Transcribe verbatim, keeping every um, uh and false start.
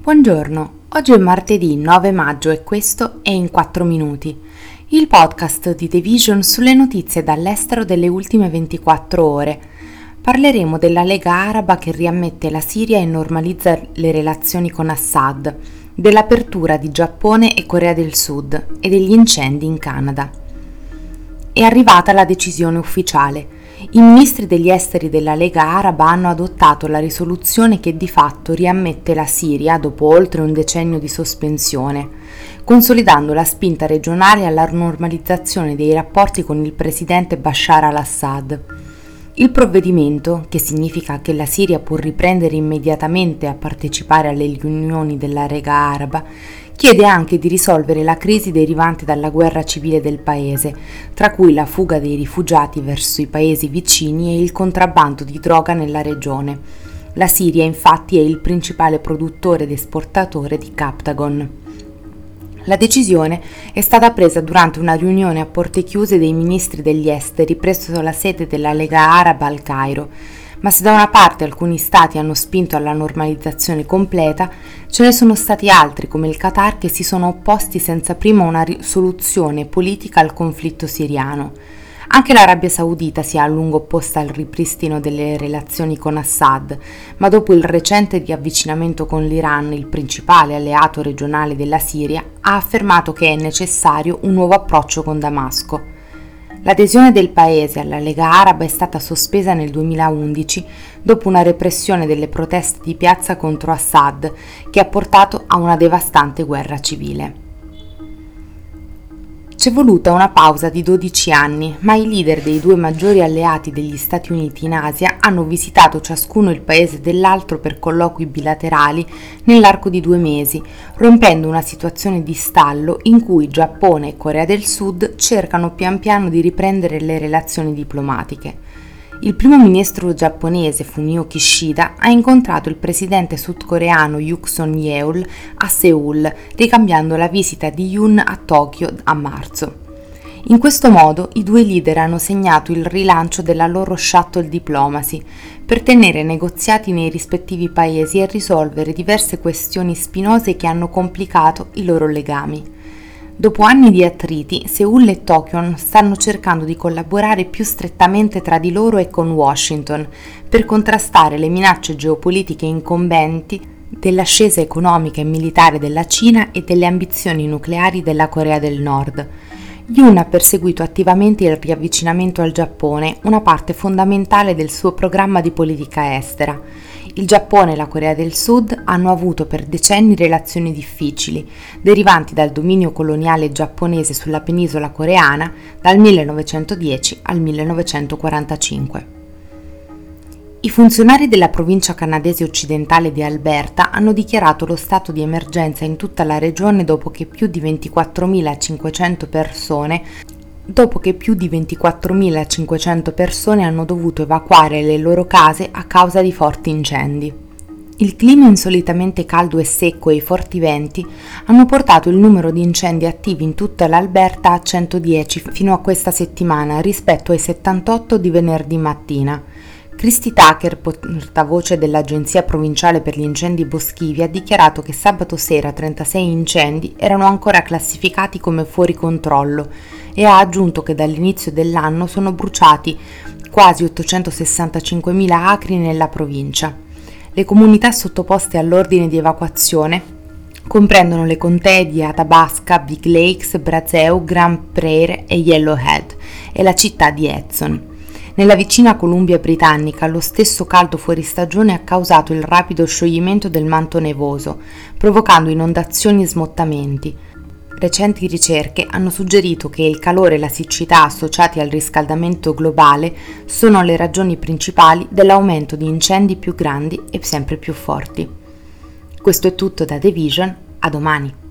Buongiorno, oggi è martedì nove maggio e questo è In quattro minuti, il podcast di The Vision sulle notizie dall'estero delle ultime ventiquattro ore. Parleremo della Lega Araba che riammette la Siria e normalizza le relazioni con Assad, dell'apertura di Giappone e Corea del Sud e degli incendi in Canada. È arrivata la decisione ufficiale. I ministri degli esteri della Lega Araba hanno adottato la risoluzione che di fatto riammette la Siria dopo oltre un decennio di sospensione, consolidando la spinta regionale alla normalizzazione dei rapporti con il presidente Bashar al-Assad. Il provvedimento, che significa che la Siria può riprendere immediatamente a partecipare alle riunioni della Lega Araba, chiede anche di risolvere la crisi derivante dalla guerra civile del paese, tra cui la fuga dei rifugiati verso i paesi vicini e il contrabbando di droga nella regione. La Siria infatti è il principale produttore ed esportatore di Captagon. La decisione è stata presa durante una riunione a porte chiuse dei ministri degli esteri presso la sede della Lega Araba al Cairo, ma se da una parte alcuni stati hanno spinto alla normalizzazione completa, ce ne sono stati altri come il Qatar che si sono opposti senza prima una soluzione politica al conflitto siriano. Anche l'Arabia Saudita si è a lungo opposta al ripristino delle relazioni con Assad, ma dopo il recente riavvicinamento con l'Iran, il principale alleato regionale della Siria, ha affermato che è necessario un nuovo approccio con Damasco. L'adesione del paese alla Lega Araba è stata sospesa nel duemilaundici dopo una repressione delle proteste di piazza contro Assad che ha portato a una devastante guerra civile. C'è voluta una pausa di dodici anni, ma i leader dei due maggiori alleati degli Stati Uniti in Asia hanno visitato ciascuno il paese dell'altro per colloqui bilaterali nell'arco di due mesi, rompendo una situazione di stallo in cui Giappone e Corea del Sud cercano pian piano di riprendere le relazioni diplomatiche. Il primo ministro giapponese Fumio Kishida ha incontrato il presidente sudcoreano Yoon Suk-yeol a Seoul, ricambiando la visita di Yoon a Tokyo a marzo. In questo modo i due leader hanno segnato il rilancio della loro shuttle diplomacy per tenere negoziati nei rispettivi paesi e risolvere diverse questioni spinose che hanno complicato i loro legami. Dopo anni di attriti, Seoul e Tokyo stanno cercando di collaborare più strettamente tra di loro e con Washington per contrastare le minacce geopolitiche incombenti dell'ascesa economica e militare della Cina e delle ambizioni nucleari della Corea del Nord. Yoon ha perseguito attivamente il riavvicinamento al Giappone, una parte fondamentale del suo programma di politica estera. Il Giappone e la Corea del Sud hanno avuto per decenni relazioni difficili, derivanti dal dominio coloniale giapponese sulla penisola coreana dal millenovecentodieci al millenovecentoquarantacinque. I funzionari della provincia canadese occidentale di Alberta hanno dichiarato lo stato di emergenza in tutta la regione dopo che più di ventiquattromilacinquecento persone dopo che più di ventiquattromilacinquecento persone hanno dovuto evacuare le loro case a causa di forti incendi. Il clima insolitamente caldo e secco e i forti venti hanno portato il numero di incendi attivi in tutta l'Alberta a centodieci fino a questa settimana rispetto ai settantotto di venerdì mattina. Christy Tucker, portavoce dell'Agenzia Provinciale per gli Incendi Boschivi, ha dichiarato che sabato sera trentasei incendi erano ancora classificati come fuori controllo e ha aggiunto che dall'inizio dell'anno sono bruciati quasi ottocentosessantacinquemila acri nella provincia. Le comunità sottoposte all'ordine di evacuazione comprendono le contee di Athabasca, Big Lakes, Brazeau, Grand Prairie e Yellowhead e la città di Edson. Nella vicina Columbia Britannica, lo stesso caldo fuori stagione ha causato il rapido scioglimento del manto nevoso, provocando inondazioni e smottamenti. Recenti ricerche hanno suggerito che il calore e la siccità associati al riscaldamento globale sono le ragioni principali dell'aumento di incendi più grandi e sempre più forti. Questo è tutto da The Vision, a domani.